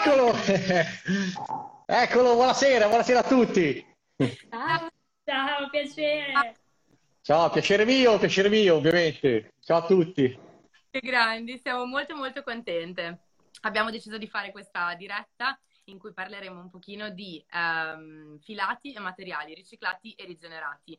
Eccolo! Eccolo, buonasera, buonasera a tutti. Ciao, ciao, piacere. Ciao, piacere mio, ovviamente. Ciao a tutti. Che grandi, siamo molto molto contente. Abbiamo deciso di fare questa diretta in cui parleremo un pochino di filati e materiali riciclati e rigenerati.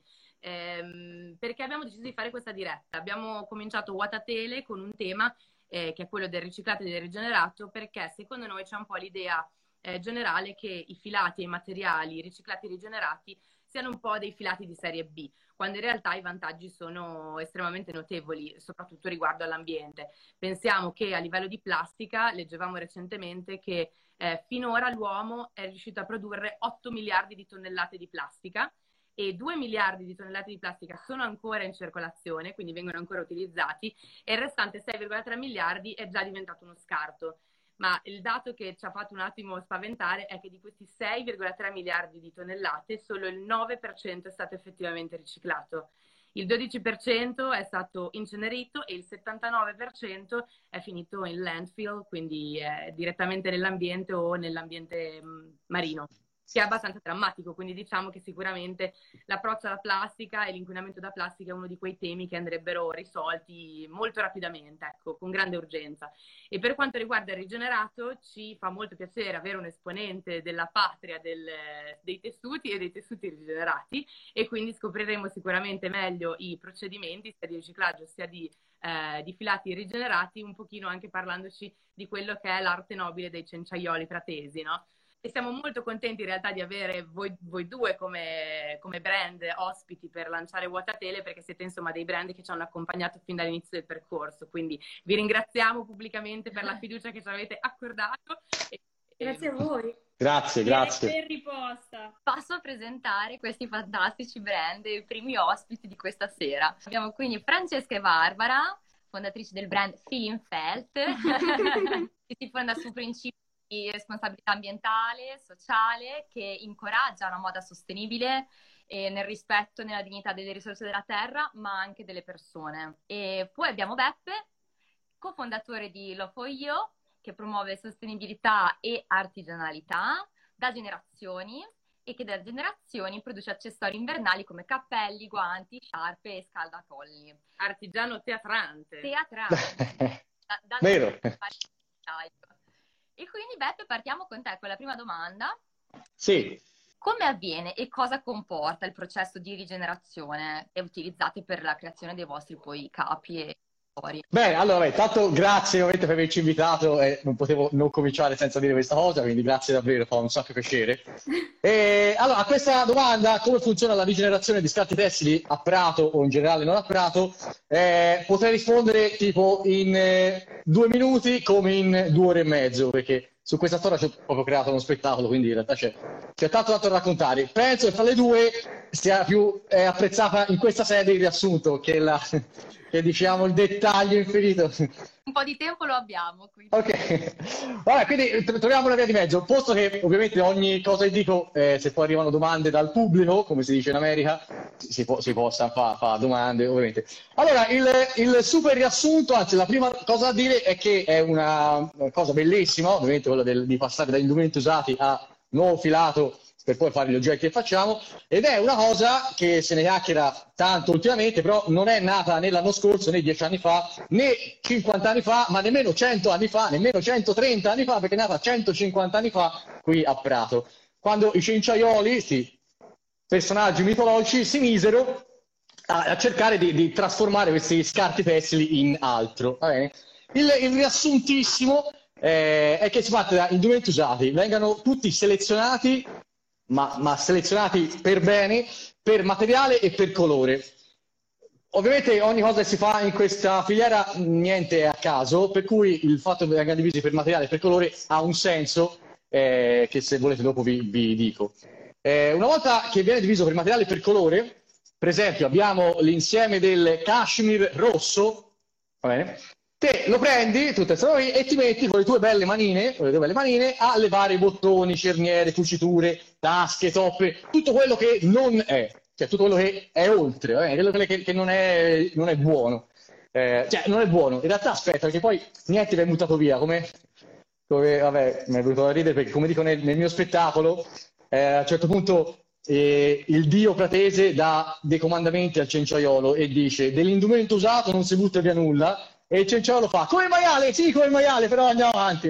Perché abbiamo deciso di fare questa diretta? Abbiamo cominciato Watatele con un tema che è quello del riciclato e del rigenerato, perché secondo noi c'è un po' l'idea generale che i filati e i materiali riciclati e rigenerati siano un po' dei filati di serie B, quando in realtà i vantaggi sono estremamente notevoli, soprattutto riguardo all'ambiente. Pensiamo che a livello di plastica, leggevamo recentemente che finora l'uomo è riuscito a produrre 8 miliardi di tonnellate di plastica e 2 miliardi di tonnellate di plastica sono ancora in circolazione, quindi vengono ancora utilizzati, e il restante 6,3 miliardi è già diventato uno scarto. Ma il dato che ci ha fatto un attimo spaventare è che di questi 6,3 miliardi di tonnellate solo il 9% è stato effettivamente riciclato. Il 12% è stato incenerito e il 79% è finito in landfill, quindi direttamente nell'ambiente o nell'ambiente marino, che è abbastanza drammatico. Quindi diciamo che sicuramente l'approccio alla plastica e l'inquinamento da plastica è uno di quei temi che andrebbero risolti molto rapidamente, ecco, con grande urgenza. E per quanto riguarda il rigenerato, ci fa molto piacere avere un esponente della patria dei tessuti e dei tessuti rigenerati, e quindi scopriremo sicuramente meglio i procedimenti sia di riciclaggio sia di filati rigenerati, un pochino anche parlandoci di quello che è l'arte nobile dei cenciaioli pratesi, no? E siamo molto contenti in realtà di avere voi due come brand ospiti per lanciare Watatele, perché siete insomma dei brand che ci hanno accompagnato fin dall'inizio del percorso. Quindi vi ringraziamo pubblicamente per la fiducia che ci avete accordato. Grazie a voi. Grazie, grazie. Per riposta. Passo a presentare questi fantastici brand, i primi ospiti di questa sera. Abbiamo quindi Francesca e Barbara, fondatrici del brand Feeling Felt, che si fonda su principi di responsabilità ambientale, sociale, che incoraggia una moda sostenibile nel rispetto e nella dignità delle risorse della terra, ma anche delle persone. E poi abbiamo Beppe, cofondatore di Lo For You, che promuove sostenibilità e artigianalità da generazioni, e che da generazioni produce accessori invernali come cappelli, guanti, sciarpe e scaldacolli. Artigiano teatrante. Teatrante. Vero. E quindi Beppe, partiamo con te con la prima domanda. Sì. Come avviene e cosa comporta il processo di rigenerazione e utilizzate per la creazione dei vostri poi capi e accessori? Bene, allora, tanto grazie ovviamente per averci invitato, e non potevo non cominciare senza dire questa cosa, quindi grazie davvero, fa un sacco piacere. E, allora, a questa domanda, come funziona la rigenerazione di scarti tessili a Prato o in generale non a Prato, potrei rispondere tipo in 2 minuti come in 2 ore e mezzo, perché su questa storia ci ho proprio creato uno spettacolo, quindi in realtà c'è tanto da raccontare. Penso che fra le due sia più apprezzata in questa sede il riassunto che diciamo il dettaglio infinito. Un po' di tempo lo abbiamo. Quindi. Ok, vabbè, quindi troviamo una via di mezzo, posto che ovviamente ogni cosa che dico, se poi arrivano domande dal pubblico, come si dice in America, si possa fare domande, ovviamente. Allora, il super riassunto, anzi la prima cosa da dire è che è una cosa bellissima, ovviamente quella di passare da indumenti usati a nuovo filato per poi fare gli oggetti che facciamo, ed è una cosa che se ne chiacchiera tanto ultimamente, però non è nata né l'anno scorso, né 10 anni fa, né 50 anni fa, ma nemmeno 100 anni fa, nemmeno 130 anni fa, perché è nata 150 anni fa qui a Prato, quando i cenciaioli, questi personaggi mitologici, si misero a cercare di trasformare questi scarti tessili in altro. Va bene? Il riassuntissimo è che si parte da indumenti usati, vengano tutti selezionati, ma selezionati per bene, per materiale e per colore. Ovviamente ogni cosa che si fa in questa filiera niente è a caso, per cui il fatto che vengano divisi per materiale e per colore ha un senso che se volete dopo vi dico. Una volta che viene diviso per materiale e per colore, per esempio abbiamo l'insieme del cashmere rosso, va bene? Te lo prendi, tutte noi, e ti metti con le tue belle manine a levare bottoni, cerniere, cuciture, tasche, toppe, tutto quello che non è, cioè tutto quello che è oltre, quello che non è buono. Cioè non è buono, in realtà aspetta, perché poi niente viene buttato via, come vabbè, mi è venuto da ridere perché, come dico nel mio spettacolo, a un certo punto il dio Pratese dà dei comandamenti al cenciaiolo e dice: dell'indumento usato non si butta via nulla. E il cenciaiolo fa: come il maiale, sì, come il maiale, però andiamo avanti.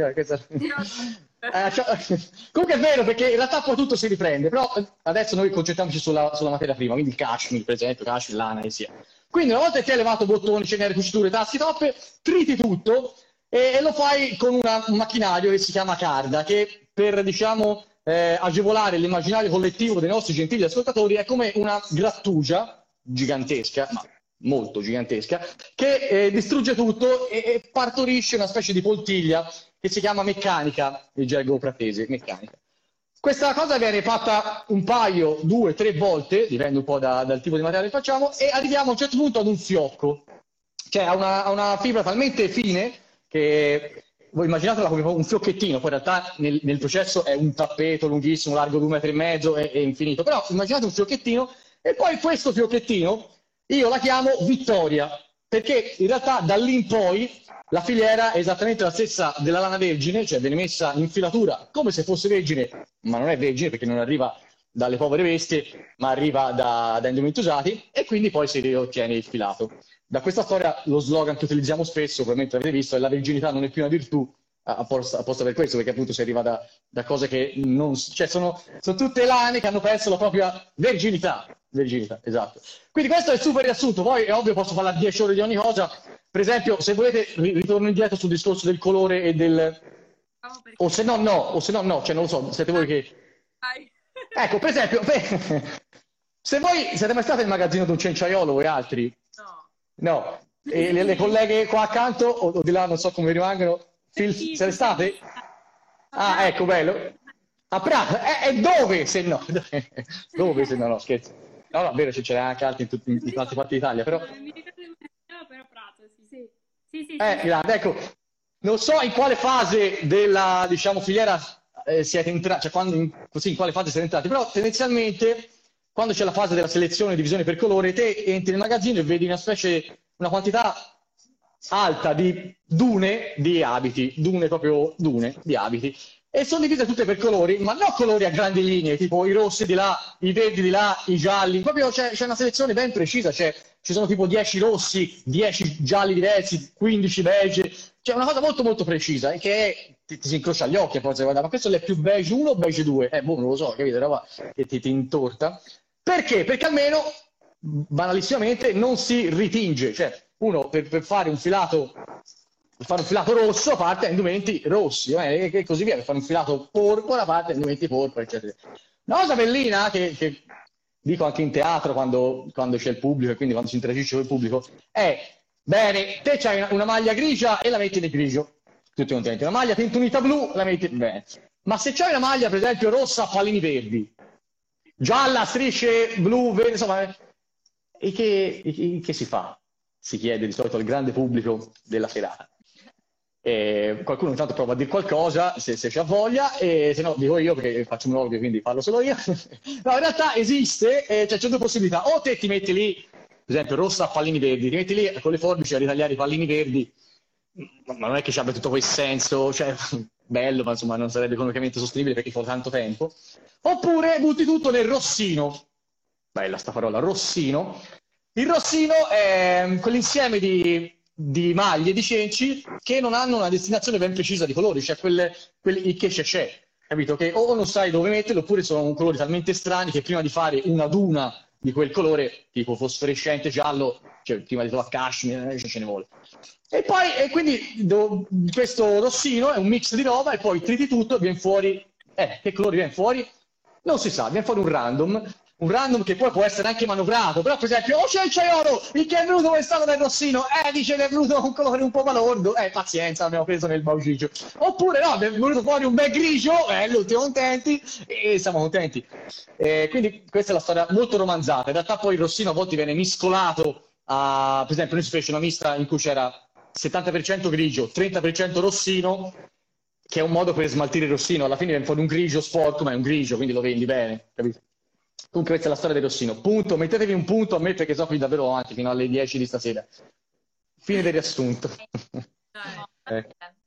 Comunque è vero, perché in realtà poi tutto si riprende, però adesso noi concentriamoci sulla materia prima, quindi il cashmere, per esempio, cashmere, lana e sia. Quindi una volta che hai levato bottoni, cenere, cuciture, tasche, toppe, triti tutto e lo fai con un macchinario che si chiama Carda, che per, diciamo, agevolare l'immaginario collettivo dei nostri gentili ascoltatori è come una grattugia gigantesca, ma molto gigantesca, che distrugge tutto e partorisce una specie di poltiglia che si chiama meccanica, il gergo pratese, meccanica. Questa cosa viene fatta un paio, 2, 3 volte, dipende un po' dal tipo di materiale che facciamo, e arriviamo a un certo punto ad un fiocco, cioè a una fibra talmente fine che voi immaginatela come un fiocchettino, poi in realtà nel processo è un tappeto lunghissimo, largo 2,5 metri, è infinito, però immaginate un fiocchettino, e poi questo fiocchettino io la chiamo Vittoria, perché in realtà da lì in poi la filiera è esattamente la stessa della lana vergine, cioè viene messa in filatura come se fosse vergine, ma non è vergine perché non arriva dalle povere bestie, ma arriva da indumenti usati, e quindi poi si ottiene il filato. Da questa storia lo slogan che utilizziamo spesso, probabilmente l'avete visto, è: la virginità non è più una virtù, apposta per questo, perché appunto si arriva da cose che non... cioè sono tutte lane che hanno perso la propria verginità. Verginità, esatto. Quindi questo è il super riassunto, poi è ovvio posso parlare 10 ore di ogni cosa. Per esempio, se volete ritorno indietro sul discorso del colore e del... o se no no, cioè non lo so, siete voi che... Ecco, per esempio, se voi siete mai stati nel magazzino di un cenciaiolo e altri? No. E le colleghe qua accanto o di là, non so come rimangono, siete state? Ah, ecco, bello. A Prato, e dove se no? Dove se no, no, scherzo. No, no, vero, ce n'è anche altri in altre parti d'Italia, però... Mi ricordo però Prato, sì. Sì. Grande, ecco, non so in quale fase della, diciamo, filiera siete entrati, cioè in quale fase siete entrati, però tendenzialmente quando c'è la fase della selezione e divisione per colore, te entri nel magazzino e vedi una quantità alta di dune di abiti, proprio dune di abiti. E sono divise tutte per colori, ma non colori a grandi linee, tipo i rossi di là, i verdi di là, i gialli. Proprio c'è una selezione ben precisa, ci sono tipo 10 rossi, 10 gialli diversi, 15 beige. C'è una cosa molto molto precisa, che ti si incrocia agli occhi a forza di guardare. Ma questo è più beige 1 o beige 2? Boh, non lo so, capite? Roba che ti intorta. Perché? Perché almeno, banalissimamente, non si ritinge. Cioè, uno per fare un filato rosso parte indumenti rossi, e così via. Per fare un filato porpora parte indumenti porpora, eccetera. Una cosa bellina che dico anche in teatro quando c'è il pubblico e quindi quando si interagisce con il pubblico è: bene, te c'hai una maglia grigia e la metti nel grigio, tutti contenti. Una maglia tintunita blu, la metti bene. Ma se c'hai una maglia, per esempio, rossa a pallini verdi, gialla, strisce blu, verde, insomma, e che si fa? Si chiede di solito al grande pubblico della serata. Qualcuno intanto prova a dire qualcosa se c'ha voglia, e se no dico io perché faccio un monologo, quindi parlo solo io. No, in realtà esiste, cioè c'è due possibilità: o te ti metti lì, per esempio rossa a pallini verdi, ti metti lì con le forbici a ritagliare i pallini verdi, ma non è che ci abbia tutto quel senso, cioè bello, ma insomma non sarebbe economicamente sostenibile perché fa tanto tempo. Oppure butti tutto nel rossino, bella sta parola, rossino. Il rossino è quell'insieme di maglie, di cenci che non hanno una destinazione ben precisa di colori, cioè quelli che c'è, capito? Che o non sai dove metterli, oppure sono colori talmente strani che prima di fare una duna di quel colore, tipo fosforescente giallo, cioè prima di trovare cashmere, ce ne vuole. E quindi questo rossino è un mix di roba, e poi triti tutto e viene fuori, che colori viene fuori? Non si sa, viene fuori un random che poi può essere anche manovrato. Però per esempio, c'è il ceaiolo, il che è venuto quest'anno del rossino, dice che è venuto un colore un po' balordo, pazienza, l'abbiamo preso nel bauciccio. Oppure no, è venuto fuori un bel grigio, tutti contenti, e siamo contenti. Quindi questa è la storia molto romanzata. In realtà poi il rossino a volte viene miscolato per esempio noi si fece una mista in cui c'era 70% grigio, 30% rossino, che è un modo per smaltire il rossino. Alla fine viene fuori un grigio sporco, ma è un grigio, quindi lo vendi bene, capito? Comunque questa è la storia del rossino. Punto, mettetevi un punto a me perché so qui davvero avanti fino alle 10 di stasera. Fine del riassunto. No,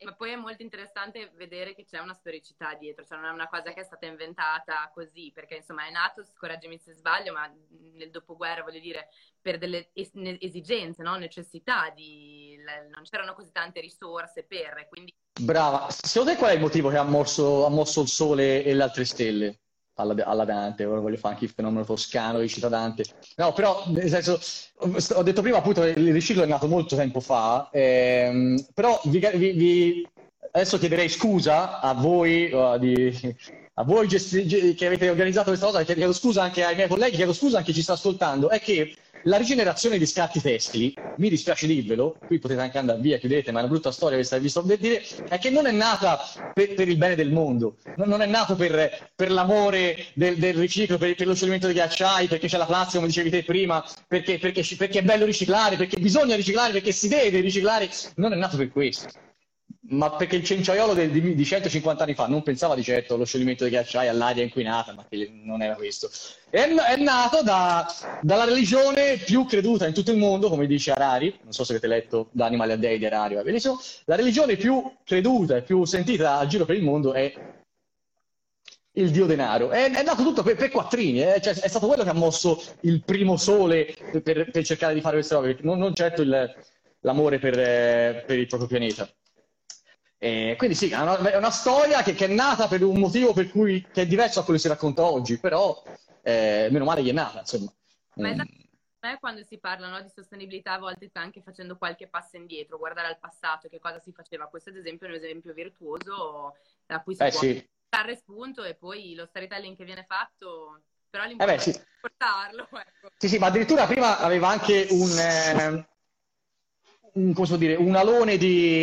Ma poi è molto interessante vedere che c'è una storicità dietro, cioè non è una cosa che è stata inventata così, perché insomma è nato, correggimi se sbaglio, ma nel dopoguerra, voglio dire, per delle esigenze, no? Necessità, non c'erano così tante risorse per, quindi... Brava. Secondo te qual è il motivo che ha mosso il Sole e le altre stelle alla Dante? Ora voglio fare anche il fenomeno toscano che cita Dante. No, però, nel senso, ho detto prima appunto che il riciclo è nato molto tempo fa, però adesso chiederei scusa a voi, a voi che avete organizzato questa cosa, chiedo scusa anche ai miei colleghi, chiedo scusa anche a chi ci sta ascoltando, è che la rigenerazione di scarti tessili, mi dispiace dirvelo, qui potete anche andare via, chiudete, ma è una brutta storia questa che vi sto per dire, è che non è nata per il bene del mondo, non è nato per l'amore del riciclo, per lo scioglimento dei ghiacciai, perché c'è la plastica, come dicevi te prima, perché è bello riciclare, perché bisogna riciclare, perché si deve riciclare, non è nato per questo. Ma perché il cenciaiolo di 150 anni fa non pensava di certo allo scioglimento dei ghiacciai, all'aria inquinata, ma che non era questo. È nato dalla religione più creduta in tutto il mondo, come dice Harari, non so se avete letto Da animali a dei di Harari, benissimo. La religione più creduta e più sentita a giro per il mondo è il dio denaro. È nato tutto per quattrini, cioè, è stato quello che ha mosso il primo sole per cercare di fare queste robe, non certo l'amore per il proprio pianeta. Quindi sì, è una storia che è nata per un motivo per cui che è diverso da quello che si racconta oggi, però meno male che è nata, insomma. Ma è quando si parla, no, di sostenibilità, a volte anche facendo qualche passo indietro, guardare al passato, che cosa si faceva. Questo ad esempio è un esempio virtuoso da cui si può Sì. trarre spunto, e poi lo storytelling che viene fatto, però Sì. l'importante è portarlo. Ecco. Sì, ma addirittura prima aveva anche come posso dire, un alone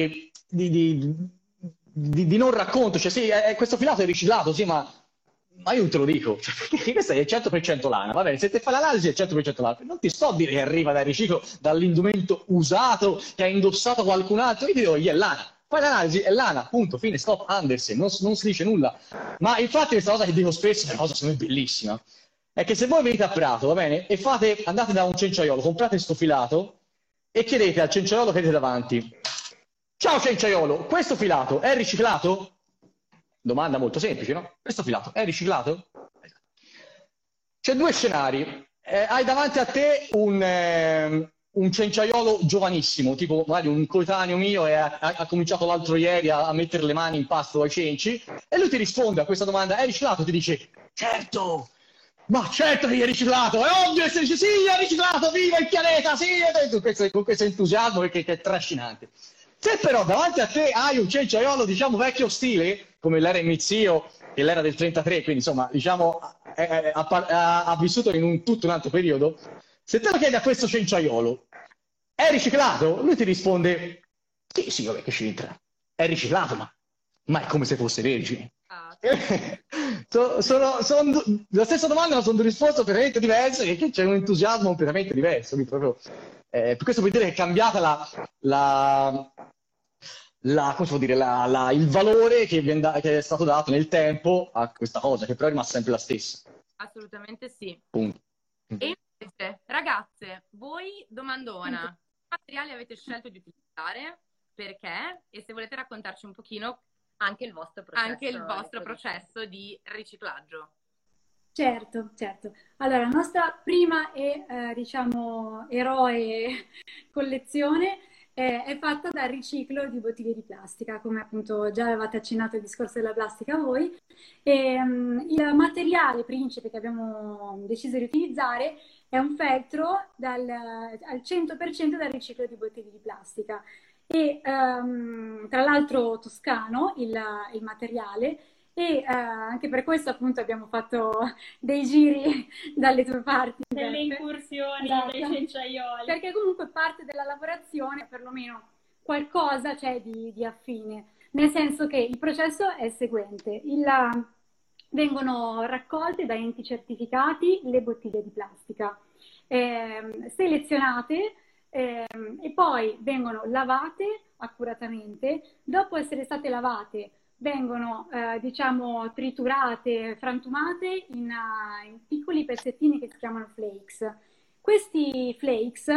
di non racconto, cioè sì, questo filato è riciclato, sì, ma io non te lo dico, cioè, questa è 100% lana, va bene, se te fai l'analisi è 100% lana, non ti sto a dire che arriva dal riciclo, dall'indumento usato che ha indossato qualcun altro, io ti dico, è lana, fai l'analisi, è lana, punto, fine, stop, Andersen, non si dice nulla, ma infatti questa cosa che dico spesso è una cosa secondo me bellissima, è che se voi venite a Prato, va bene, e andate da un cenciaiolo, comprate sto filato e chiedete al cenciaiolo che avete davanti: ciao cenciaiolo, questo filato è riciclato? Domanda molto semplice, no? Questo filato è riciclato? C'è due scenari. Hai davanti a te un cenciaiolo giovanissimo, tipo magari un coetaneo mio e ha cominciato l'altro ieri a mettere le mani in pasto ai cenci, e lui ti risponde a questa domanda: è riciclato? Ti dice: certo! Ma certo che è riciclato, è ovvio che si dice sì, è riciclato, viva il pianeta, sì, con questo entusiasmo che è trascinante. Se però davanti a te hai un cenciaiolo, diciamo, vecchio stile, come l'era il mio zio, che l'era del 33, quindi insomma, diciamo, ha vissuto in tutto un altro periodo, se te lo chiedi a questo cenciaiolo, è riciclato? Lui ti risponde: sì, sì, vabbè, che c'entra, è riciclato, ma è come se fosse vergine. La stessa domanda, ma sono due risposte completamente diverse, e che c'è un entusiasmo completamente diverso. Proprio, per questo vuol dire che è cambiata come si può dire, il valore che è stato dato nel tempo a questa cosa, che però è rimasta sempre la stessa. Assolutamente sì. Punto. E invece, ragazze, voi domandona, che materiali avete scelto di utilizzare, perché, e se volete raccontarci un pochino anche il vostro processo di riciclaggio. Certo, certo. Allora, la nostra prima diciamo, eroe collezione è fatta dal riciclo di bottiglie di plastica, come appunto già avevate accennato il discorso della plastica voi. Il materiale principe che abbiamo deciso di utilizzare è un feltro al 100% dal riciclo di bottiglie di plastica. E tra l'altro toscano il materiale, e anche per questo appunto abbiamo fatto dei giri dalle tue parti, delle incursioni, esatto, dei cenciaioli, perché comunque parte della lavorazione perlomeno qualcosa c'è di affine, nel senso che il processo è il seguente: vengono raccolte da enti certificati le bottiglie di plastica, selezionate, e poi vengono lavate accuratamente. Dopo essere state lavate vengono diciamo triturate, frantumate in piccoli pezzettini che si chiamano flakes. Questi flakes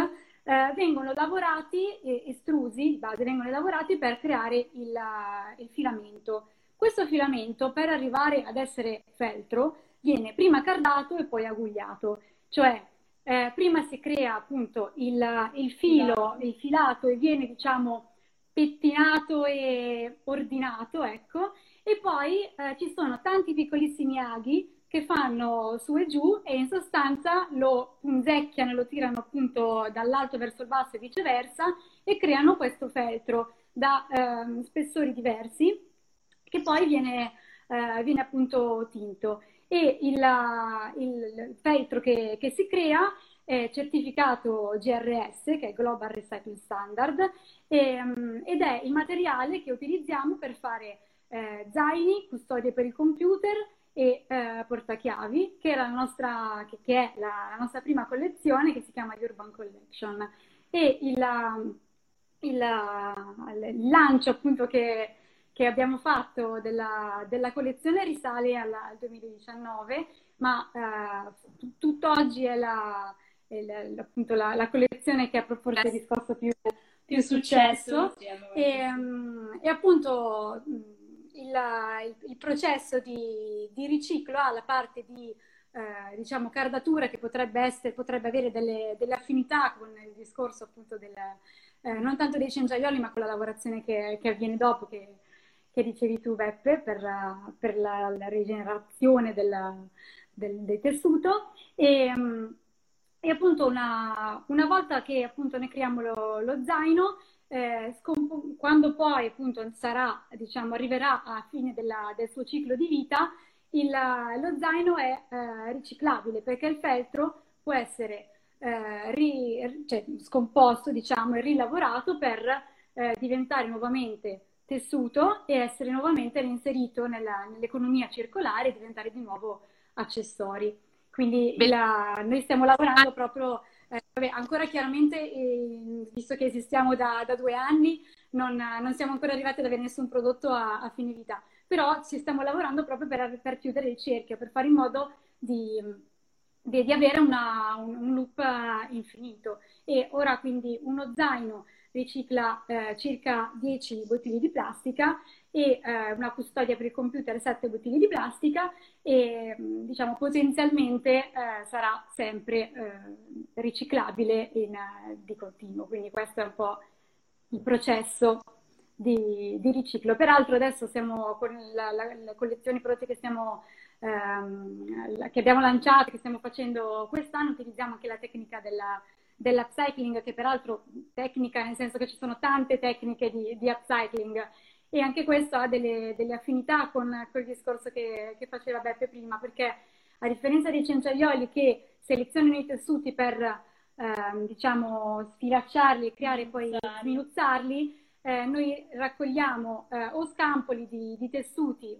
vengono lavorati, estrusi, di base vengono lavorati per creare il filamento. Questo filamento, per arrivare ad essere feltro, viene prima cardato e poi agugliato, cioè prima si crea appunto il filo, il filato e viene, diciamo, pettinato e ordinato, ecco, e poi ci sono tanti piccolissimi aghi che fanno su e giù e in sostanza lo punzecchiano, lo tirano appunto dall'alto verso il basso e viceversa e creano questo feltro da spessori diversi che poi viene appunto tinto. E il feltro che si crea è certificato GRS, che è Global Recycling Standard, ed è il materiale che utilizziamo per fare zaini, custodie per il computer e portachiavi, che è la nostra prima collezione, che si chiama Urban Collection. E il lancio appunto che abbiamo fatto della collezione risale al 2019, ma tutt'oggi è appunto la collezione che ha forse riscosso più successo. E appunto il processo di riciclo ha la parte di diciamo cardatura che potrebbe avere delle affinità con il discorso appunto non tanto dei cenciaioli ma con la lavorazione che avviene dopo che dicevi tu Beppe per la rigenerazione del tessuto e appunto una volta che appunto ne creiamo lo zaino quando poi appunto sarà, diciamo, arriverà a fine del suo ciclo di vita, lo zaino è riciclabile perché il feltro può essere cioè, scomposto, diciamo, e rilavorato per diventare nuovamente tessuto e essere nuovamente reinserito nell'economia circolare e diventare di nuovo accessori. Quindi noi stiamo lavorando proprio vabbè, ancora chiaramente, visto che esistiamo da 2 anni, non siamo ancora arrivati ad avere nessun prodotto a fine vita, però ci stiamo lavorando proprio per chiudere il cerchio, per fare in modo di avere un loop infinito. E ora quindi uno zaino ricicla circa 10 bottiglie di plastica e una custodia per il computer 7 bottiglie di plastica e diciamo potenzialmente sarà sempre riciclabile di continuo. Quindi questo è un po' il processo di riciclo. Peraltro adesso siamo con le collezioni prodotti che abbiamo lanciato, che stiamo facendo quest'anno, utilizziamo anche la tecnica dell'upcycling, che peraltro tecnica nel senso che ci sono tante tecniche di upcycling e anche questo ha delle affinità con il discorso che faceva Beppe prima, perché a differenza dei cenciaioli che selezionano i tessuti per diciamo sfilacciarli e creare poi sminuzzarli, noi raccogliamo o scampoli di tessuti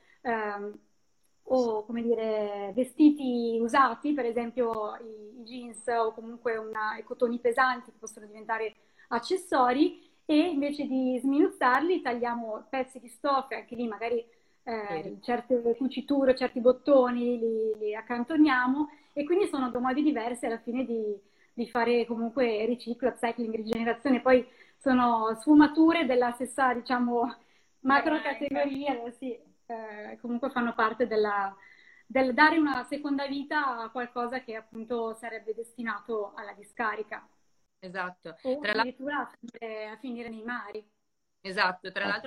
o come dire, vestiti usati, per esempio i jeans o comunque i cotoni pesanti che possono diventare accessori e invece di sminuzzarli tagliamo pezzi di stoffa, anche lì magari certe cuciture, certi bottoni li accantoniamo e quindi sono 2 modi diversi alla fine di fare comunque riciclo, upcycling, rigenerazione, poi sono sfumature della stessa, diciamo, macro categoria, sì, comunque fanno parte del dare una seconda vita a qualcosa che appunto sarebbe destinato alla discarica. Esatto. O addirittura a finire nei mari. Esatto, tra l'altro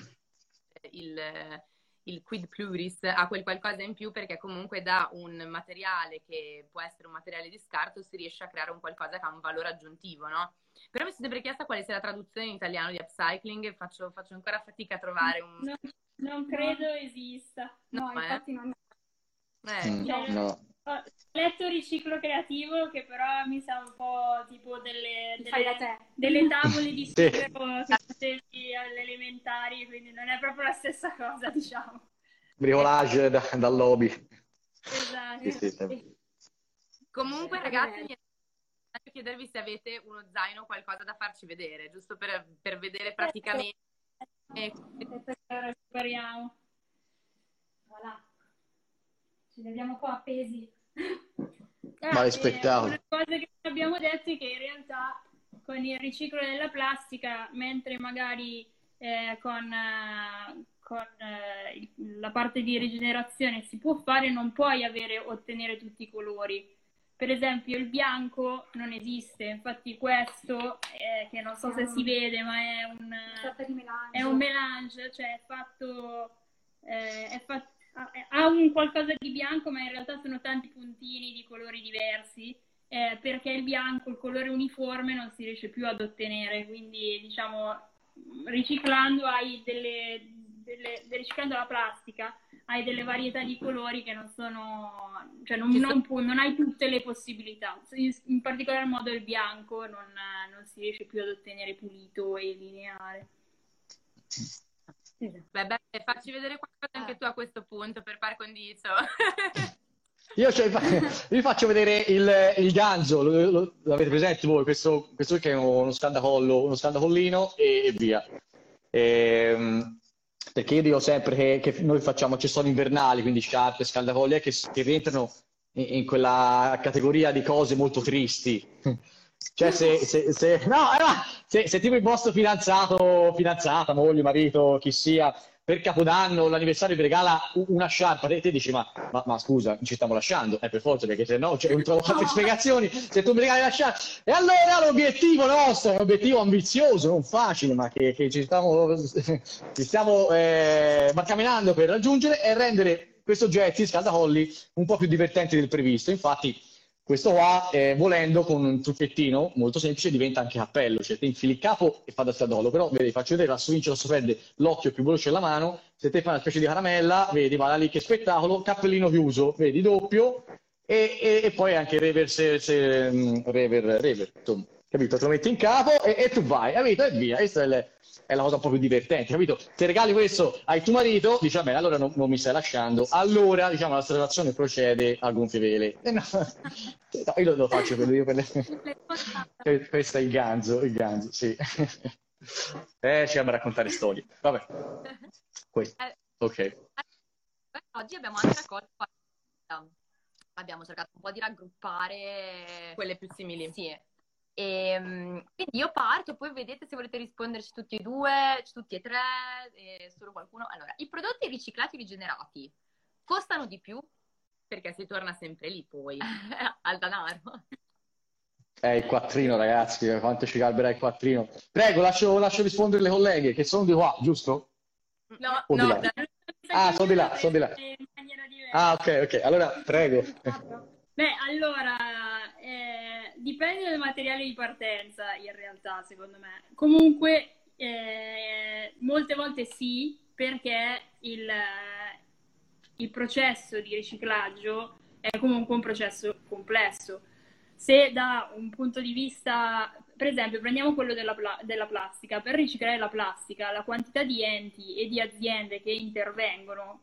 il quid pluris ha quel qualcosa in più perché comunque da un materiale che può essere un materiale di scarto si riesce a creare un qualcosa che ha un valore aggiuntivo, no? Però mi sono sempre chiesta quale sia la traduzione in italiano di upcycling e faccio ancora fatica a trovare un... Non credo esista. No, infatti non no. Ho letto riciclo creativo che però mi sa un po' tipo delle tavole di supero che facevi alle elementari, quindi non è proprio la stessa cosa, diciamo. Bricolage dal lobby. Esatto. Sì. Comunque ragazzi, mi voglio chiedervi se avete uno zaino o qualcosa da farci vedere, giusto per vedere praticamente. Speriamo. Voilà. Ce li abbiamo qua appesi. Vale spettacolo. Una cosa che abbiamo detto è che in realtà con il riciclo della plastica, mentre magari con la parte di rigenerazione si può fare, non puoi ottenere tutti i colori. Per esempio il bianco non esiste, infatti questo, che non so se si vede, ma è un mélange, cioè ha un qualcosa di bianco, ma in realtà sono tanti puntini di colori diversi, perché il bianco, il colore uniforme, non si riesce più ad ottenere, quindi diciamo riciclando riciclando la plastica hai delle varietà di colori che non sono, cioè non hai tutte le possibilità, in particolar modo il bianco non si riesce più ad ottenere pulito e lineare. Beh, facci vedere qualcosa anche tu a questo punto per par condicio. Io vi faccio vedere il ganzo, l'avete presente voi? Questo che è uno scandacollino e via. Perché io dico sempre che noi facciamo accessori invernali, quindi sciarpe, scaldavoglie, che rientrano in quella categoria di cose molto tristi. Cioè se tipo il vostro fidanzato, fidanzata, moglie, marito, chi sia, per Capodanno, l'anniversario vi regala una sciarpa, te dici ma scusa, ci stiamo lasciando, per forza, perché se no non trovo altre spiegazioni, se tu mi regali la sciarpa. E allora l'obiettivo nostro è un obiettivo ambizioso, non facile, ma che ci stiamo camminando per raggiungere, è rendere questo oggetti scaldacolli un po' più divertenti del previsto. Infatti questo qua, volendo, con un trucchettino molto semplice, diventa anche cappello. Cioè, te infili il capo e fa da scaldolo. Però, vedi, faccio vedere, la Vince perde l'occhio più veloce della mano. Se te fai una specie di caramella, vedi, va lì, che spettacolo, cappellino chiuso, vedi, doppio. E poi anche rever, insomma, capito? Te lo metti in capo e tu vai, capito? E via. Questa è la cosa un po' più divertente, capito? Se regali questo a tuo marito, dici, bene, allora non mi stai lasciando, allora, diciamo, la relazione procede a gonfie vele. No, io lo faccio per questo è il ganzo, sì. Ci andiamo a raccontare storie. Vabbè. Ok. Oggi abbiamo anche raccolto, abbiamo cercato un po' di raggruppare quelle più simili. Sì. Quindi io parto, poi vedete se volete risponderci tutti e due, tutti e tre, solo qualcuno. Allora, i prodotti riciclati e rigenerati costano di più? Perché si torna sempre lì poi, al denaro. Il quattrino, ragazzi, quanto ci calberà il quattrino. Prego, lascio rispondere le colleghe, che sono di qua, giusto? No, sono di là. Ah, ok, allora prego. Beh, allora, dipende dal materiale di partenza, in realtà, secondo me. Comunque, molte volte sì, perché il processo di riciclaggio è comunque un processo complesso. Se da un punto di vista, per esempio, prendiamo quello della plastica, per riciclare la plastica, la quantità di enti e di aziende che intervengono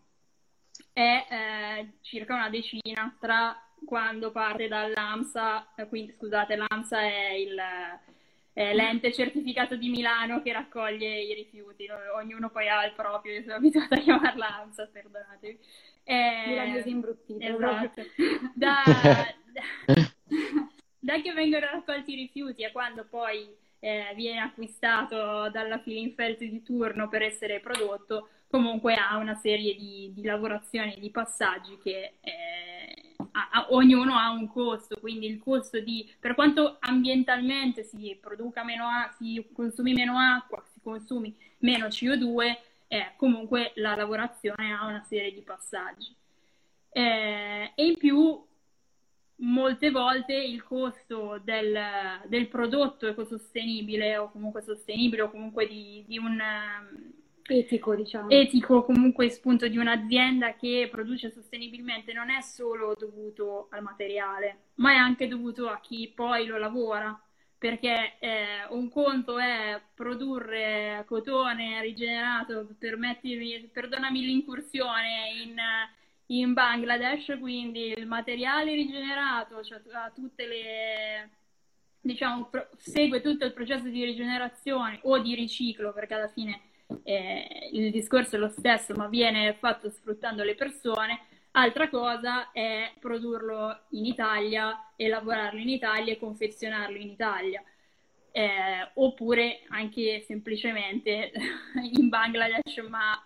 è circa una decina tra quando parte dall'AMSA, quindi scusate, l'AMSA è l'ente certificato di Milano che raccoglie i rifiuti, ognuno poi ha il proprio, io sono abituata a chiamarla AMSA, perdonatevi. Milanese imbruttita. Esatto. Da che vengono raccolti i rifiuti a quando poi viene acquistato dalla Filinfelt di turno per essere prodotto, comunque ha una serie di lavorazioni, di passaggi che ognuno ha un costo, quindi il costo per quanto ambientalmente si produca si consumi meno acqua, si consumi meno CO2, comunque la lavorazione ha una serie di passaggi. E in più molte volte il costo del prodotto ecosostenibile o comunque sostenibile o comunque di un etico, diciamo. Etico, comunque spunto di un'azienda che produce sostenibilmente, non è solo dovuto al materiale, ma è anche dovuto a chi poi lo lavora, perché un conto è produrre cotone rigenerato, perdonami l'incursione, in Bangladesh, quindi il materiale rigenerato, cioè ha tutte le, diciamo, segue tutto il processo di rigenerazione o di riciclo, perché alla fine il discorso è lo stesso, ma viene fatto sfruttando le persone, Altra cosa è produrlo in Italia, elaborarlo in Italia e confezionarlo in Italia. Oppure anche semplicemente in Bangladesh, ma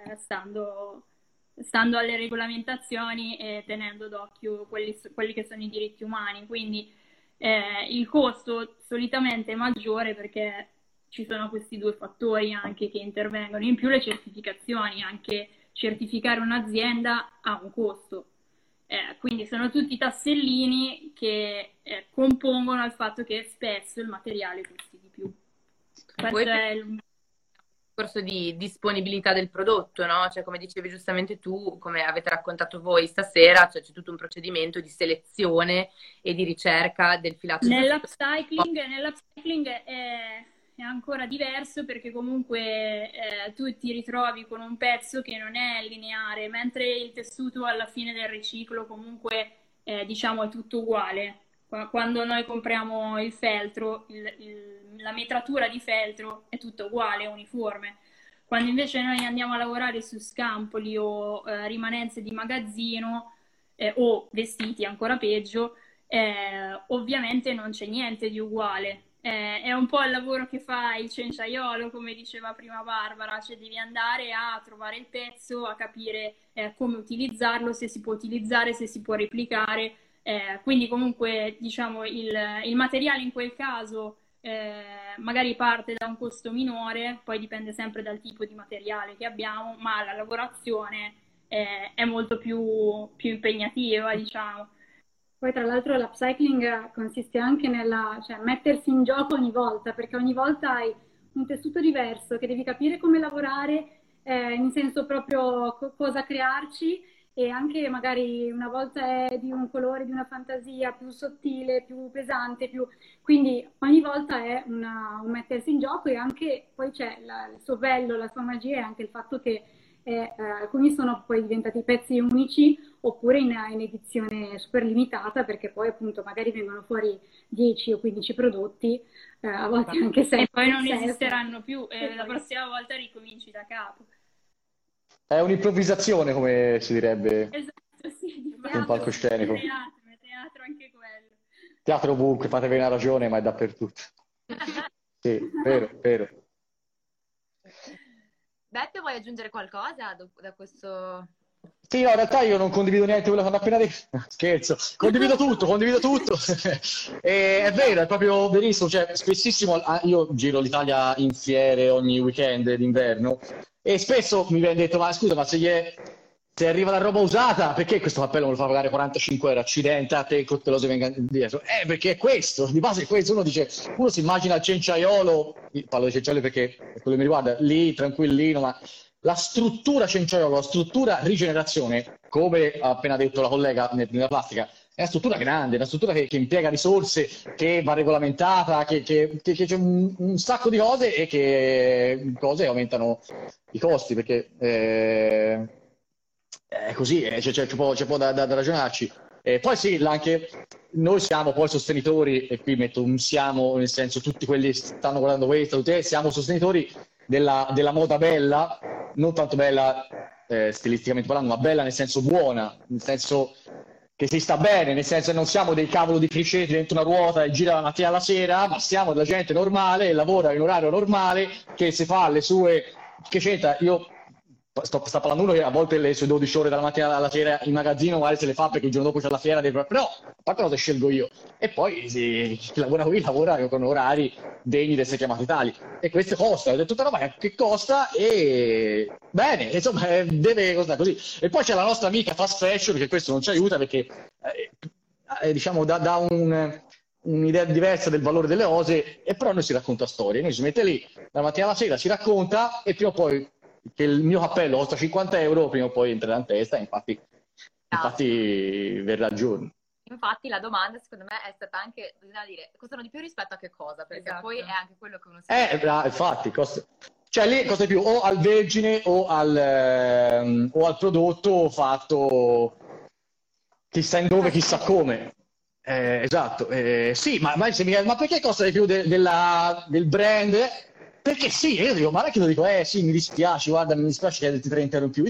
stando alle regolamentazioni e tenendo d'occhio quelli che sono i diritti umani. Quindi il costo solitamente è maggiore perché ci sono questi due fattori anche che intervengono. In più le certificazioni, anche certificare un'azienda ha un costo. Quindi sono tutti tassellini che compongono il fatto che spesso il materiale costi di più. Questo è il discorso di disponibilità del prodotto, no? Cioè, come dicevi giustamente tu, come avete raccontato voi stasera, cioè, c'è tutto un procedimento di selezione e di ricerca del filato. Nell'upcycling è ancora diverso, perché comunque tu ti ritrovi con un pezzo che non è lineare, mentre il tessuto alla fine del riciclo comunque diciamo è tutto uguale. Quando noi compriamo il feltro, la metratura di feltro è tutta uguale, è uniforme. Quando invece noi andiamo a lavorare su scampoli o rimanenze di magazzino o vestiti, ancora peggio, ovviamente non c'è niente di uguale. È un po' il lavoro che fa il cenciaiolo, come diceva prima Barbara, cioè devi andare a trovare il pezzo, a capire come utilizzarlo, se si può utilizzare, se si può replicare. Quindi comunque diciamo il materiale in quel caso magari parte da un costo minore, poi dipende sempre dal tipo di materiale che abbiamo, ma la lavorazione è molto più impegnativa, diciamo. Poi tra l'altro l'upcycling consiste anche cioè, mettersi in gioco ogni volta, perché ogni volta hai un tessuto diverso che devi capire come lavorare, in senso proprio cosa crearci, e anche magari una volta è di un colore, di una fantasia più sottile, più pesante, quindi ogni volta è un mettersi in gioco, e anche poi c'è il suo bello, la sua magia, è anche il fatto che alcuni sono poi diventati pezzi unici, oppure in edizione super limitata, perché poi appunto magari vengono fuori 10 o 15 prodotti, a volte anche 6. E poi non esisteranno più, la prossima volta ricominci da capo. È un'improvvisazione, come si direbbe. Esatto, sì, un palcoscenico. Teatro anche quello. Teatro ovunque, fatevi una ragione, ma è dappertutto. Sì, vero. Beppe, vuoi aggiungere qualcosa da questo? Sì, no, in realtà io non condivido niente quello che hanno appena detto. Scherzo, condivido tutto. È vero, è proprio verissimo. Cioè, spessissimo io giro l'Italia in fiere ogni weekend d'inverno, e spesso mi viene detto: ma scusa, ma se arriva la roba usata, perché questo cappello me lo fa pagare 45 euro? Accidente, a te il cotteloso venga dietro. Perché è questo, di base è questo. Uno si immagina il cenciaiolo, parlo di cenciaiolo perché è quello che mi riguarda, lì tranquillino, ma la struttura cenciaiolo, la struttura rigenerazione, come ha appena detto la collega nella plastica, è una struttura grande, una struttura che impiega risorse, che va regolamentata, che c'è un sacco di cose, e che cose aumentano i costi, perché è così, c'è un po' da ragionarci. Poi sì, anche noi siamo poi sostenitori, e qui metto un siamo, nel senso tutti quelli che stanno guardando questo, siamo sostenitori della moda bella, non tanto bella stilisticamente parlando, ma bella nel senso buona, nel senso che si sta bene, nel senso che non siamo dei cavolo di criceti dentro una ruota e gira la mattina alla sera, ma siamo della gente normale, lavora in orario normale, che si fa le sue... Che c'entra? Io sto parlando uno che a volte le sue 12 ore dalla mattina alla sera in magazzino magari se le fa perché il giorno dopo c'è la fiera, però a parte cosa scelgo io. E poi chi lavora qui lavora con orari degni di essere chiamati tali, e questo costa, ho detto tutta roba che costa, e bene, insomma deve costare così. E poi c'è la nostra amica fast fashion, che questo non ci aiuta, perché diciamo dà un'idea diversa del valore delle cose, e però noi si racconta storie, noi si mette lì la mattina alla sera, si racconta, e prima o poi che il mio cappello costa 50 euro, prima o poi entrerà in testa, infatti verrà il giorno. Infatti la domanda secondo me è stata anche, bisogna dire, costano di più rispetto a che cosa? Perché poi è anche quello che uno si infatti, cioè lì costa di più o al vergine o al prodotto fatto chissà in dove, chissà come. Esatto, sì, ma perché costa di più del brand? Perché sì, io dico, ma non è che lo dico, sì, mi dispiace, guarda, mi dispiace che hai 30 euro in più. Io dico,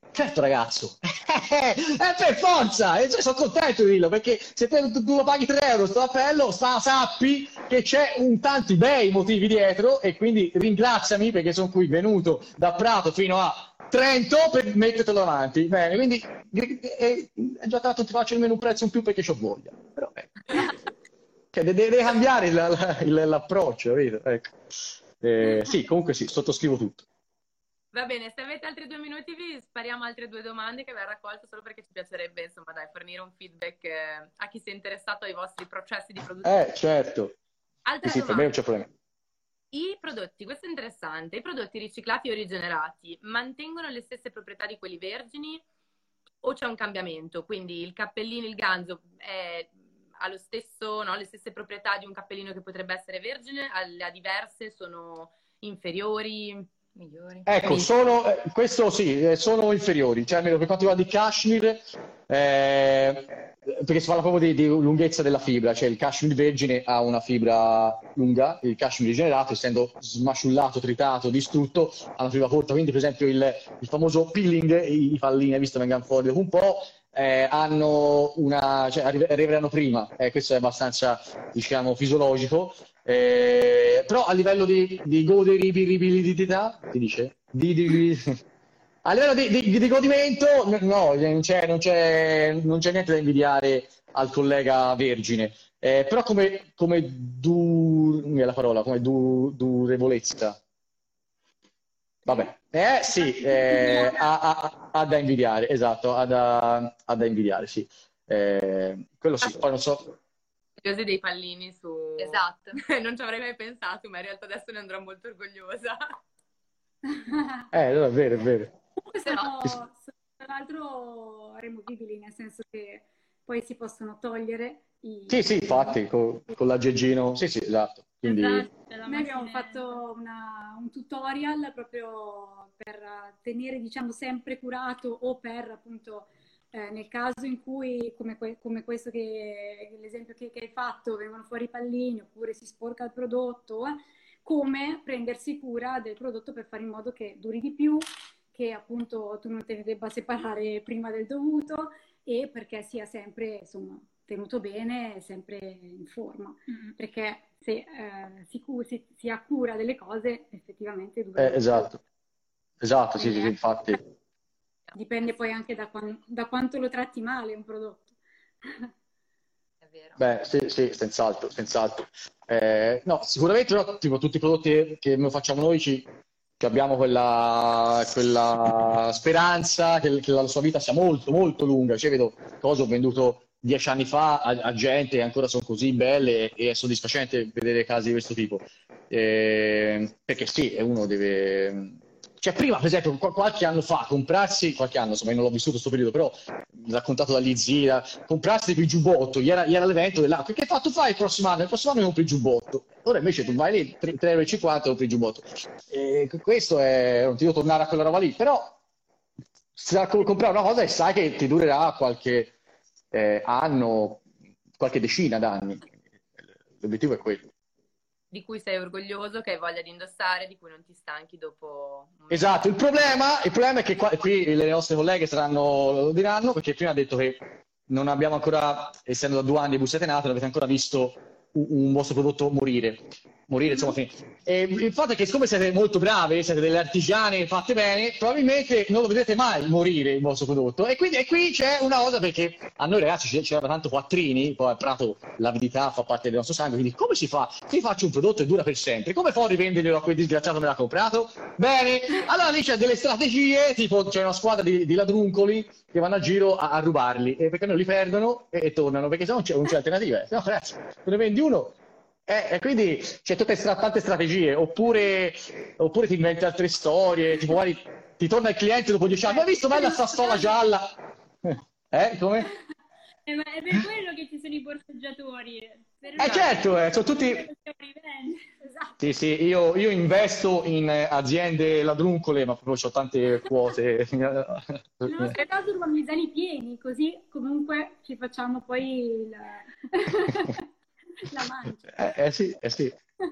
Certo, ragazzo, per forza, e sono contento di dirlo, perché se tu lo paghi 3 euro sto appello, sappi che c'è tanti bei motivi dietro, e quindi ringraziami perché sono qui venuto da Prato fino a Trento per mettertelo avanti. Bene, quindi già tanto ti faccio almeno un prezzo in più perché c'ho voglia. Però, cioè, deve cambiare l'approccio, capito? Ecco. Sì, comunque sì, sottoscrivo tutto. Va bene, se avete altri 2 minuti vi spariamo altre 2 domande che abbiamo raccolto solo perché ci piacerebbe, insomma, dai, fornire un feedback a chi si è interessato ai vostri processi di produzione. Certo. Altra sì, per me non c'è problema. I prodotti, questo è interessante, i prodotti riciclati o rigenerati mantengono le stesse proprietà di quelli vergini o c'è un cambiamento? Quindi il cappellino, il ganzo ha lo stesso, no, le stesse proprietà di un cappellino che potrebbe essere vergine, a diverse sono inferiori? Migliori. Ecco, questo sì, sono inferiori, cioè almeno per quanto riguarda il cashmere, perché si parla proprio di lunghezza della fibra, cioè il cashmere vergine ha una fibra lunga, il cashmere rigenerato, essendo smasciullato, tritato, distrutto, ha una fibra corta, quindi per esempio il famoso peeling, i pallini, hai visto, vengono fuori dopo un po', hanno cioè arriveranno prima, questo è abbastanza, diciamo, fisiologico. Però a livello di goderibilità, si dice? A livello di godimento, no, non c'è niente da invidiare al collega vergine. Però come durevolezza, vabbè, sì, ha da invidiare, esatto, ha da invidiare, sì. Quello sì, poi non so. Dei pallini su... Esatto. Non ci avrei mai pensato, ma in realtà adesso ne andrò molto orgogliosa. No, è vero, è vero. Comunque sono tra l'altro removibili, nel senso che poi si possono togliere Sì, infatti, con l'aggeggino, sì, esatto. Quindi... Noi abbiamo fatto un tutorial proprio per tenere, diciamo, sempre curato, o per appunto... nel caso in cui, come questo l'esempio che hai fatto, vengono fuori i pallini oppure si sporca il prodotto, come prendersi cura del prodotto per fare in modo che duri di più, che appunto tu non te ne debba separare prima del dovuto e perché sia sempre, insomma, tenuto bene, sempre in forma. Perché se si ha cura delle cose, effettivamente dura. Esatto, sì, infatti. Dipende poi anche da quanto lo tratti male un prodotto. È vero. Beh, sì, senz'altro. No, sicuramente no, tipo tutti i prodotti che noi facciamo noi che abbiamo quella speranza che la sua vita sia molto, molto lunga. Cioè, vedo cose ho venduto 10 anni fa a gente e ancora sono così belle e è soddisfacente vedere casi di questo tipo. Perché sì, uno deve... Cioè prima, per esempio, qualche anno fa, qualche anno, insomma, io non l'ho vissuto questo periodo, però raccontato dagli zii, comprarsi il giubbotto, gli era l'evento dell'acqua, che tu fai il prossimo anno? Il prossimo anno compri il giubbotto. Ora invece tu vai lì, 3,50 euro e compri il giubbotto. Questo non ti devo tornare a quella roba lì, però se comprare una cosa e sai che ti durerà qualche anno, qualche decina d'anni. L'obiettivo è quello. Di cui sei orgoglioso, che hai voglia di indossare, di cui non ti stanchi dopo... Esatto, il problema è che qui le nostre colleghe lo diranno, perché prima ha detto che non abbiamo ancora, essendo da 2 anni bussate nate, non avete ancora visto un vostro prodotto morire, insomma, finire. E il fatto è che siccome siete molto brave, siete delle artigiane fatte bene, probabilmente non lo vedrete mai morire il vostro prodotto. E qui c'è una cosa, perché a noi ragazzi c'era tanto quattrini, poi a Prato l'avidità fa parte del nostro sangue, quindi come si fa? Se faccio un prodotto e dura per sempre, come fa a rivenderglielo a quel disgraziato che me l'ha comprato? Bene, allora lì c'è delle strategie, tipo c'è una squadra di ladruncoli che vanno a giro a rubarli, perché non li perdono e tornano, perché se no non c'è alternativa. No, ragazzi, te ne vendi uno. E quindi c'è tante strategie, oppure ti inventi altre storie, tipo magari ti torna il cliente dopo 10 anni, ma hai visto bella sta stola gialla? Come? Ma è per quello che ci sono i borseggiatori. Certo, sono tutti... Esatto. Sì, io investo in aziende ladruncole, ma proprio ho tante quote. Nel nostro caso rubiamo i zaini pieni, così comunque ci facciamo poi la mancia. Sì.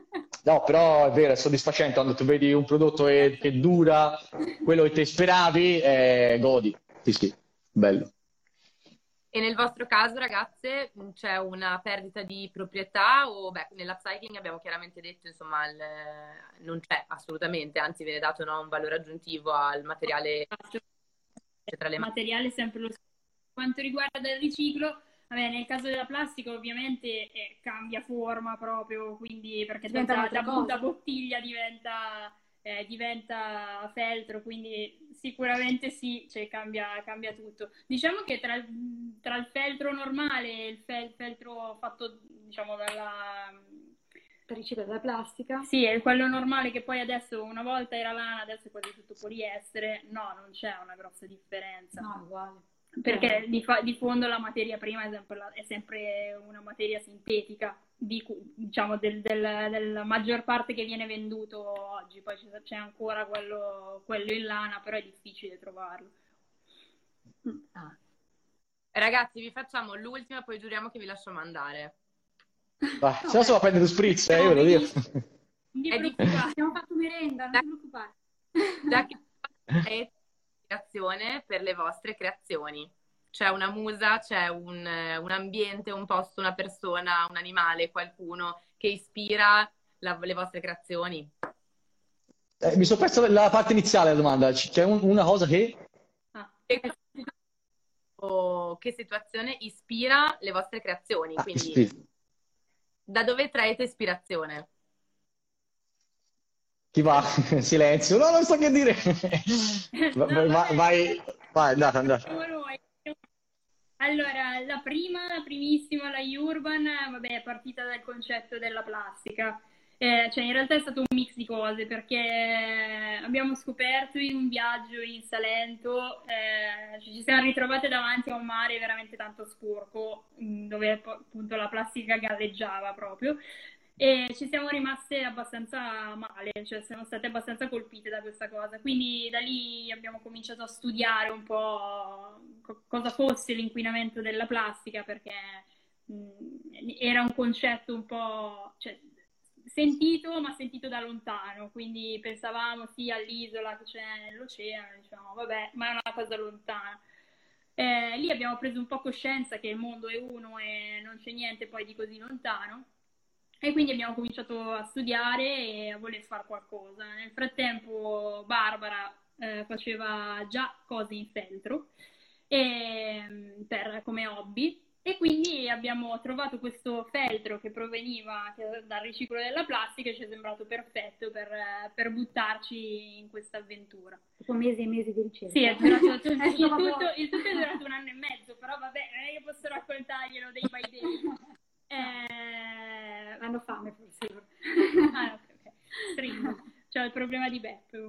No, però è vero, è soddisfacente quando tu vedi un prodotto che dura quello che te speravi, godi. Sì, sì, bello. E nel vostro caso, ragazze, c'è una perdita di proprietà o, beh, nell'upcycling abbiamo chiaramente detto, insomma, non c'è assolutamente, anzi viene dato, no, un valore aggiuntivo al materiale tra le mani. Il materiale è sempre lo stesso. Quanto riguarda il riciclo, vabbè, nel caso della plastica ovviamente cambia forma proprio, quindi perché da bottiglia diventa feltro, quindi sicuramente sì, cioè cambia tutto. Diciamo che tra il feltro normale e il feltro fatto, diciamo, riciclo della plastica? Sì, è quello normale che poi adesso, una volta era lana, adesso è quasi tutto poliestere. No, non c'è una grossa differenza. No, uguale. Perché di fondo la materia prima è sempre una materia sintetica, diciamo della maggior parte che viene venduto oggi. Poi c'è ancora quello in lana, però è difficile trovarlo. Ragazzi, vi facciamo l'ultima, poi giuriamo che vi lasciamo andare. Se no se la prende lo spritz, io ve lo dico. Abbiamo fatto merenda, non ti preoccupare. Da che è ispirazione per le vostre creazioni? C'è una musa, c'è un ambiente, un posto, una persona, un animale, qualcuno che ispira le vostre creazioni? Mi sono perso la parte iniziale della domanda. C'è una cosa che... Che situazione ispira le vostre creazioni? Quindi sì. Da dove traete ispirazione? Chi va? Silenzio. No, non so che dire. Vai, andate. Allora, la primissima, la Urban, vabbè, è partita dal concetto della plastica. Cioè, in realtà è stato un mix di cose, perché abbiamo scoperto in un viaggio in Salento, ci siamo ritrovate davanti a un mare veramente tanto sporco, dove appunto la plastica galleggiava proprio, e ci siamo rimaste abbastanza male, cioè siamo state abbastanza colpite da questa cosa. Quindi da lì abbiamo cominciato a studiare un po' cosa fosse l'inquinamento della plastica, perché era un concetto un po'... Cioè, sentito, ma sentito da lontano, quindi pensavamo sì all'isola che c'è nell'oceano, diciamo vabbè, ma è una cosa lontana. Lì abbiamo preso un po' coscienza che il mondo è uno e non c'è niente poi di così lontano, e quindi abbiamo cominciato a studiare e a voler fare qualcosa. Nel frattempo Barbara faceva già cose in feltro come hobby, e quindi abbiamo trovato questo feltro che proveniva dal riciclo della plastica e ci è sembrato perfetto per buttarci in questa avventura. Dopo mesi e mesi di ricerca. Sì, è durato il tutto è durato 1 anno e mezzo, però vabbè, io posso raccontarglielo day by day. Hanno fame forse. Ok. Stringo. C'ho il problema di Beppe.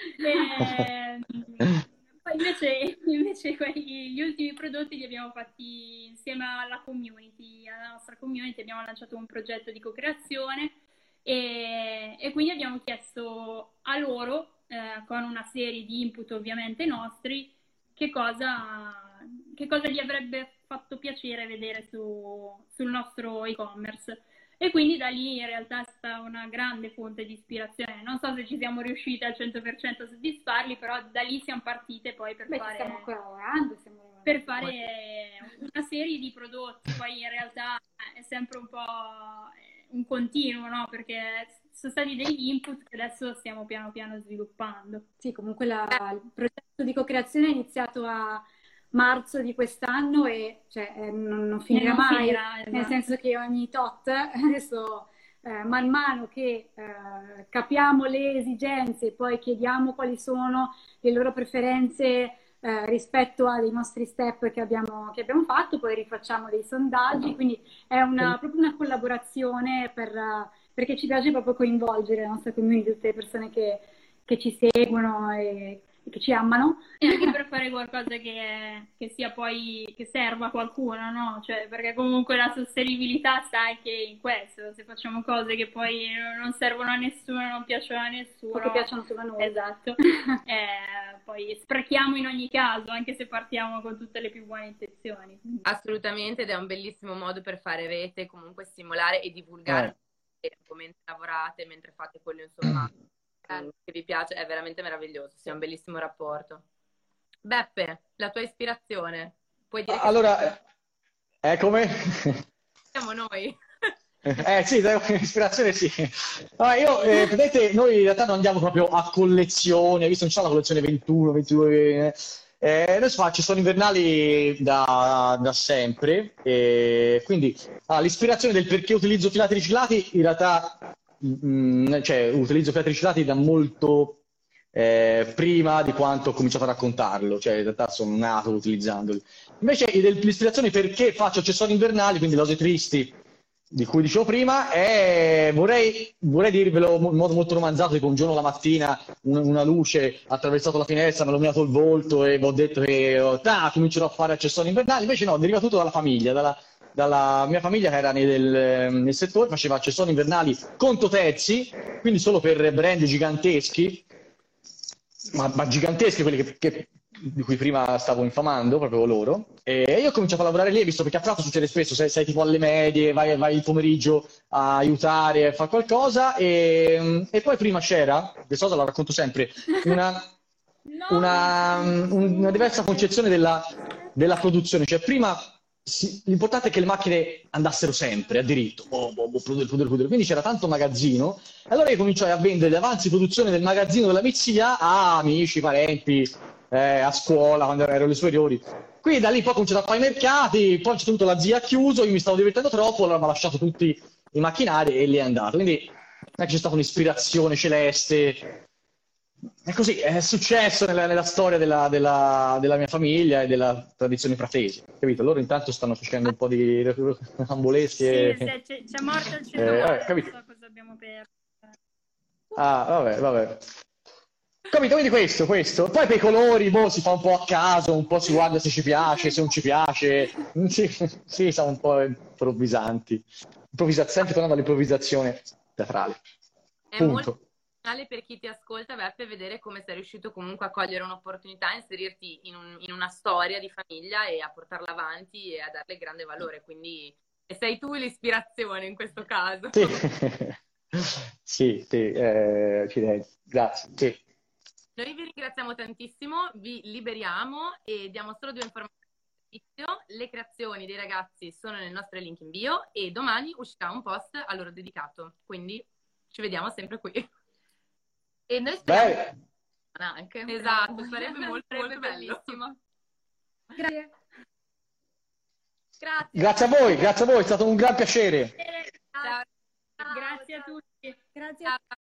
Poi invece gli ultimi prodotti li abbiamo fatti insieme alla nostra community, abbiamo lanciato un progetto di co-creazione e quindi abbiamo chiesto a loro, con una serie di input ovviamente nostri, che cosa gli avrebbe fatto piacere vedere sul nostro e-commerce. E quindi da lì in realtà è stata una grande fonte di ispirazione. Non so se ci siamo riuscite al 100% a soddisfarli, però da lì siamo partite poi stiamo ancora lavorando, per fare una serie di prodotti. Poi in realtà è sempre un po' un continuo, no? Perché sono stati degli input che adesso stiamo piano piano sviluppando. Sì, comunque il progetto di co-creazione è iniziato a marzo di quest'anno e cioè, non finirà mai, nel senso che ogni tot, adesso man mano che capiamo le esigenze, poi chiediamo quali sono le loro preferenze rispetto ai nostri step che abbiamo fatto, poi rifacciamo dei sondaggi, quindi è proprio una collaborazione perché ci piace proprio coinvolgere la nostra community, tutte le persone che ci seguono e che ci amano, e anche per fare qualcosa che sia poi che serva a qualcuno, no? Cioè, perché comunque la sostenibilità sta anche in questo. Se facciamo cose che poi non servono a nessuno, non piacciono a nessuno, o che piacciono solo a noi, esatto, poi sprechiamo in ogni caso, anche se partiamo con tutte le più buone intenzioni. Assolutamente, ed è un bellissimo modo per fare rete, comunque stimolare e divulgare tempo, mentre lavorate, mentre fate quello, insomma, che vi piace, è veramente meraviglioso, sì, è un bellissimo rapporto. Beppe, la tua ispirazione, puoi dire che Allora, come? siamo noi. Sì, ispirazione sì. Io, vedete, noi in realtà non andiamo proprio a collezione, hai visto, non c'è la collezione 21, 22, noi ci sono invernali da sempre, quindi l'ispirazione del perché utilizzo filati riciclati, in realtà, cioè, utilizzo filati riciclati da molto prima di quanto ho cominciato a raccontarlo, cioè in realtà sono nato utilizzandoli. Invece l'ispirazione perché faccio accessori invernali, quindi le cose tristi, di cui dicevo prima, e vorrei dirvelo in modo molto romanzato, tipo un giorno la mattina una luce ha attraversato la finestra, mi ha illuminato il volto e mi ho detto che comincerò a fare accessori invernali, invece no, deriva tutto dalla famiglia, dalla mia famiglia che era nel settore, faceva accessori invernali conto terzi, quindi solo per brand giganteschi, ma giganteschi, quelli di cui prima stavo infamando, proprio loro. E io ho cominciato a lavorare lì, visto perché a Prato succede spesso, sei tipo alle medie, vai il pomeriggio a aiutare, a fare qualcosa, e poi prima c'era, questa cosa la racconto sempre, una diversa concezione della produzione, cioè prima l'importante è che le macchine andassero sempre a diritto, produrre. Quindi c'era tanto magazzino, allora io cominciai a vendere gli avanzi produzione del magazzino della mia zia a amici, parenti, a scuola, quando ero alle superiori. Quindi da lì poi ho cominciato a fare i mercati, poi c'è tutto la zia ha chiuso, io mi stavo divertendo troppo, allora mi ha lasciato tutti i macchinari e lì è andato. Quindi non è che c'è stata un'ispirazione celeste. È così, è successo nella storia della mia famiglia e della tradizione pratese, capito? Loro intanto stanno facendo un po' di amboleschi Sì, c'è morto il cellulare, non so cosa abbiamo perso. Vabbè. Capito? Quindi questo. Poi per i colori, si fa un po' a caso, un po' si guarda se ci piace, se non ci piace. Sì, siamo un po' improvvisanti. Sempre tornando all'improvvisazione teatrale. È Punto. molto importante per chi ti ascolta, Beppe, vedere come sei riuscito comunque a cogliere un'opportunità, a inserirti in una storia di famiglia e a portarla avanti e a darle grande valore. Quindi sei tu l'ispirazione in questo caso. Sì, grazie. Sì. Noi vi ringraziamo tantissimo, vi liberiamo e diamo solo 2 informazioni. Le creazioni dei ragazzi sono nel nostro link in bio e domani uscirà un post a loro dedicato, quindi ci vediamo sempre qui. E noi speriamo anche. Esatto, sarebbe molto bellissimo. Grazie. Grazie a voi, è stato un gran piacere. Ciao. Grazie a tutti. Grazie.